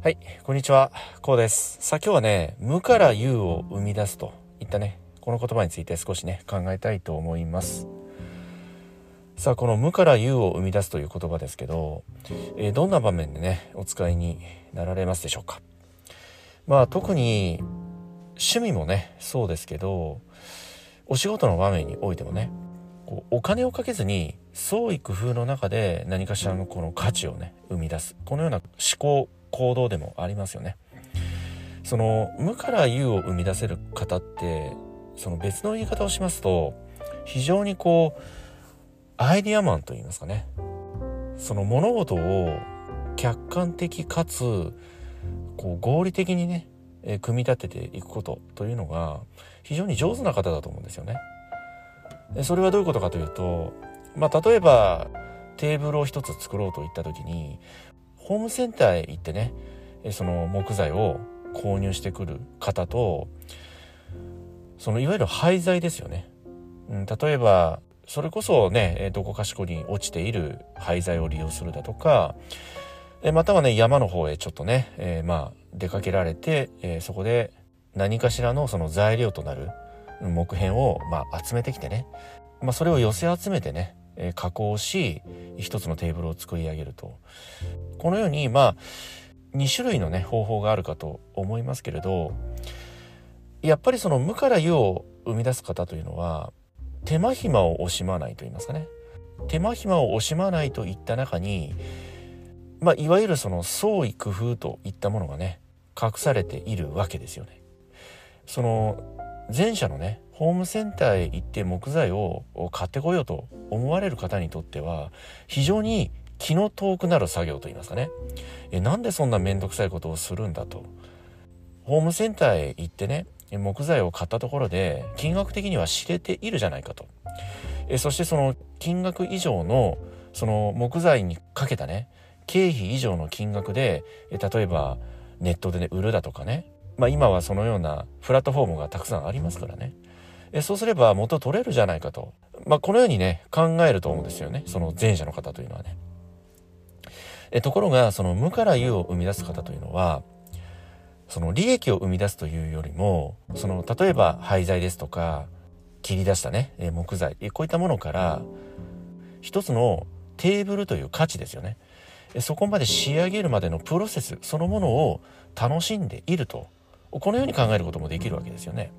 はい、こんにちは、こうです。さあ今日はね、無から有を生み出すといったね、この言葉について少しね、考えたいと思います。さあこの無から有を生み出すという言葉ですけど、どんな場面でね、お使いになられますでしょうか。特に趣味もね、そうですけど、お仕事の場面においてもね、お金をかけずに創意工夫の中で何かしらのこの価値をね、生み出す。このような思考行動でもありますよね。その無から有を生み出せる方って、その別の言い方をしますと、非常にアイディアマンと言いますかね、その物事を客観的かつ合理的にね、組み立てていくことというのが非常に上手な方だと思うんですよね。でそれはどういうことかというと、例えばテーブルを一つ作ろうといった時に、ホームセンターへ行ってね、その木材を購入してくる方と、そのいわゆる廃材ですよね。例えばそれこそね、どこかしこに落ちている廃材を利用するだとか、またはね、山の方へちょっとね、出かけられて、そこで何かしらのその材料となる木片を集めてきてね、それを寄せ集めてね、加工し一つのテーブルを作り上げると。このように2種類のね方法があるかと思いますけれど、やっぱりその無から有を生み出す方というのは手間暇を惜しまないと言いますかね、手間暇を惜しまないといった中に、いわゆるその創意工夫といったものがね隠されているわけですよね。その前者のね、ホームセンターへ行って木材を買ってこようと思われる方にとっては非常に気の遠くなる作業といいますかね、なんでそんなめんどくさいことをするんだと。ホームセンターへ行ってね、木材を買ったところで金額的には知れているじゃないかと。そしてその金額以上のその木材にかけたね経費以上の金額で、例えばネットでね売るだとかね、今はそのようなプラットフォームがたくさんありますからね、そうすれば元取れるじゃないかと、このようにね考えると思うんですよね、その前者の方というのはね。ところがその無から有を生み出す方というのは、その利益を生み出すというよりも、その例えば廃材ですとか切り出したね木材、こういったものから一つのテーブルという価値ですよね、そこまで仕上げるまでのプロセスそのものを楽しんでいると、このように考えることもできるわけですよね。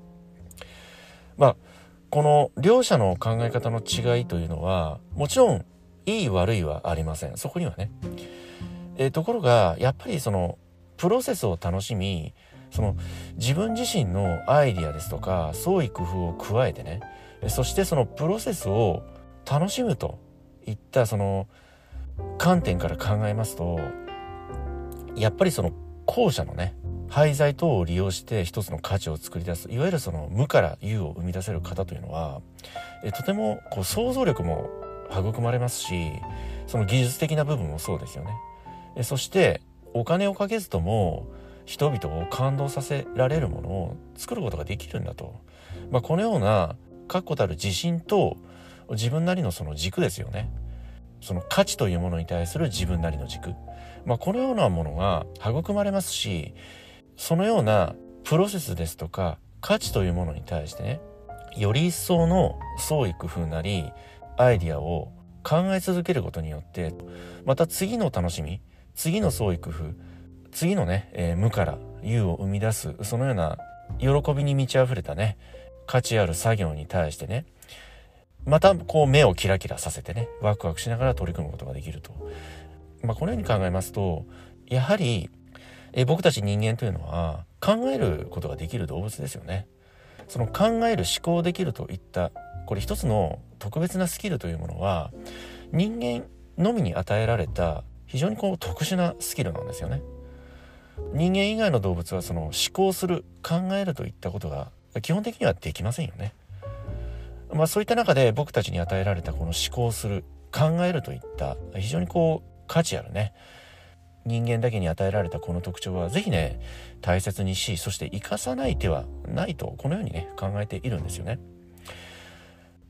この両者の考え方の違いというのはもちろんいい悪いはありません、そこにはね。ところがやっぱりそのプロセスを楽しみ、その自分自身のアイディアですとか創意工夫を加えてね、そしてそのプロセスを楽しむといったその観点から考えますと、やっぱりその後者のね廃材等を利用して一つの価値を作り出す、いわゆるその無から有を生み出せる方というのは、とても想像力も育まれますし、その技術的な部分もそうですよね。そしてお金をかけずとも人々を感動させられるものを作ることができるんだと、このような確固たる自信と自分なりのその軸ですよね。その価値というものに対する自分なりの軸、このようなものが育まれますし、そのようなプロセスですとか価値というものに対してね、より一層の創意工夫なりアイディアを考え続けることによって、また次の楽しみ、次の創意工夫、次のね、無から有を生み出す、そのような喜びに満ち溢れたね価値ある作業に対してね、また目をキラキラさせてねワクワクしながら取り組むことができると。このように考えますと、やはり僕たち人間というのは考えることができる動物ですよね。その考える思考できるといったこれ一つの特別なスキルというものは人間のみに与えられた非常に特殊なスキルなんですよね。人間以外の動物はその思考する、考えるといったことが基本的にはできませんよね。そういった中で僕たちに与えられたこの思考する、考えるといった非常に価値あるね人間だけに与えられたこの特徴はぜひね大切にし、そして生かさない手はないと、このようにね考えているんですよね。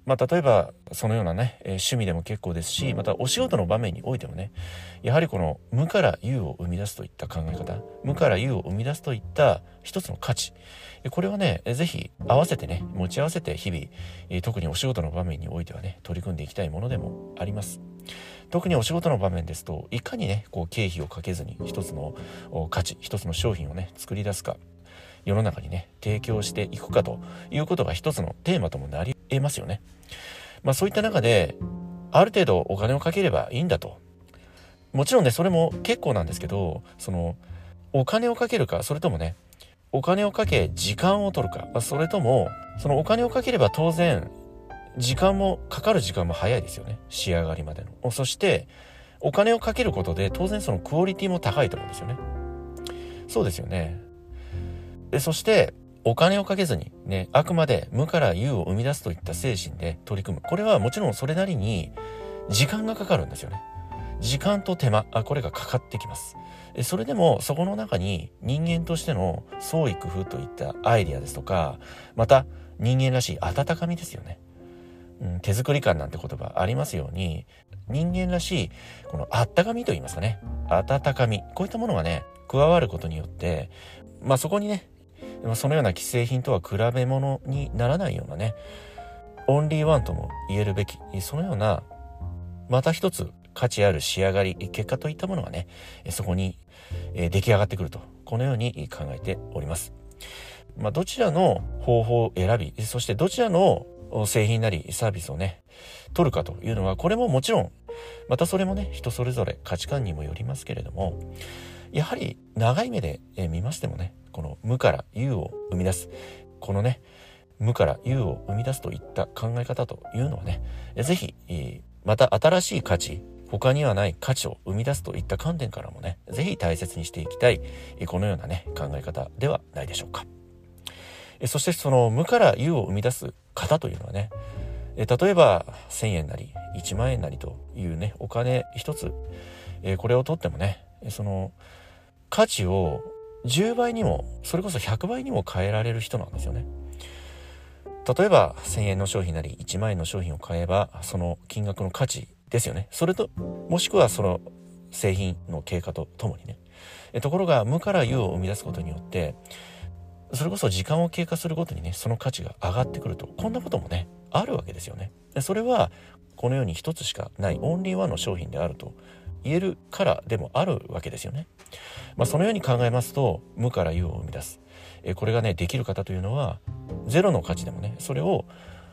例えばそのようなね、趣味でも結構ですし、またお仕事の場面においてもね、やはりこの無から有を生み出すといった考え方、無から有を生み出すといった一つの価値、これはねぜひ合わせてね持ち合わせて日々、特にお仕事の場面においてはね取り組んでいきたいものでもあります。特にお仕事の場面ですと、いかにねこう経費をかけずに一つの価値、一つの商品をね作り出すか、世の中にね提供していくかということが一つのテーマともなり得ますよね。そういった中である程度お金をかければいいんだと、もちろんねそれも結構なんですけど、そのお金をかけるか、それともねお金をかけ時間を取るか、それともそのお金をかければ当然時間もかかる時間も早いですよね、仕上がりまでの。そしてお金をかけることで当然そのクオリティも高いと思うんですよね。そうですよね。そしてお金をかけずにね、あくまで無から有を生み出すといった精神で取り組む。これはもちろんそれなりに時間がかかるんですよね。時間と手間、これがかかってきます。それでもそこの中に人間としての創意工夫といったアイデアですとか、また人間らしい温かみですよね。手作り感なんて言葉ありますように、人間らしいこのあったかみといいますかね、温かみ、こういったものがね加わることによって、そこにねそのような既製品とは比べ物にならないようなね、オンリーワンとも言えるべき、そのようなまた一つ価値ある仕上がり、結果といったものがねそこに出来上がってくると、このように考えております。どちらの方法を選び、そしてどちらの製品なりサービスをね取るかというのは、これももちろんまたそれもね人それぞれ価値観にもよりますけれども、やはり長い目で見ましてもね、この無から有を生み出す、このね無から有を生み出すといった考え方というのはね、ぜひまた新しい価値、他にはない価値を生み出すといった観点からもね、ぜひ大切にしていきたい、このようなね考え方ではないでしょうか。そしてその無から有を生み出す方というのはね、例えば1000円なり1万円なりというねお金一つ、これを取ってもね、その価値を10倍にも、それこそ100倍にも変えられる人なんですよね。例えば1000円の商品なり1万円の商品を買えば、その金額の価値ですよね。それともしくはその製品の経過とともにね、ところが無から有を生み出すことによって、それこそ時間を経過するごとにねその価値が上がってくると、こんなこともねあるわけですよね。それはこの世に一つしかないオンリーワンの商品であると言えるからでもあるわけですよね。そのように考えますと、無から有を生み出す、これがねできる方というのは、ゼロの価値でもねそれを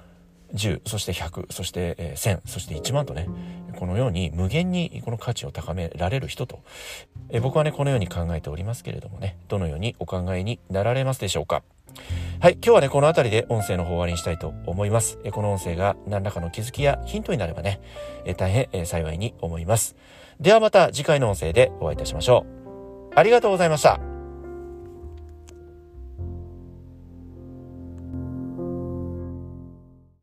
10、そして100、そして1000、そして1万とね、このように無限にこの価値を高められる人と、僕はねこのように考えておりますけれどもね、どのようにお考えになられますでしょうか。はい、今日はねこの辺りで音声の方終わりにしたいと思います。この音声が何らかの気づきやヒントになればね、大変幸いに思います。ではまた次回の音声でお会いいたしましょう。ありがとうございました。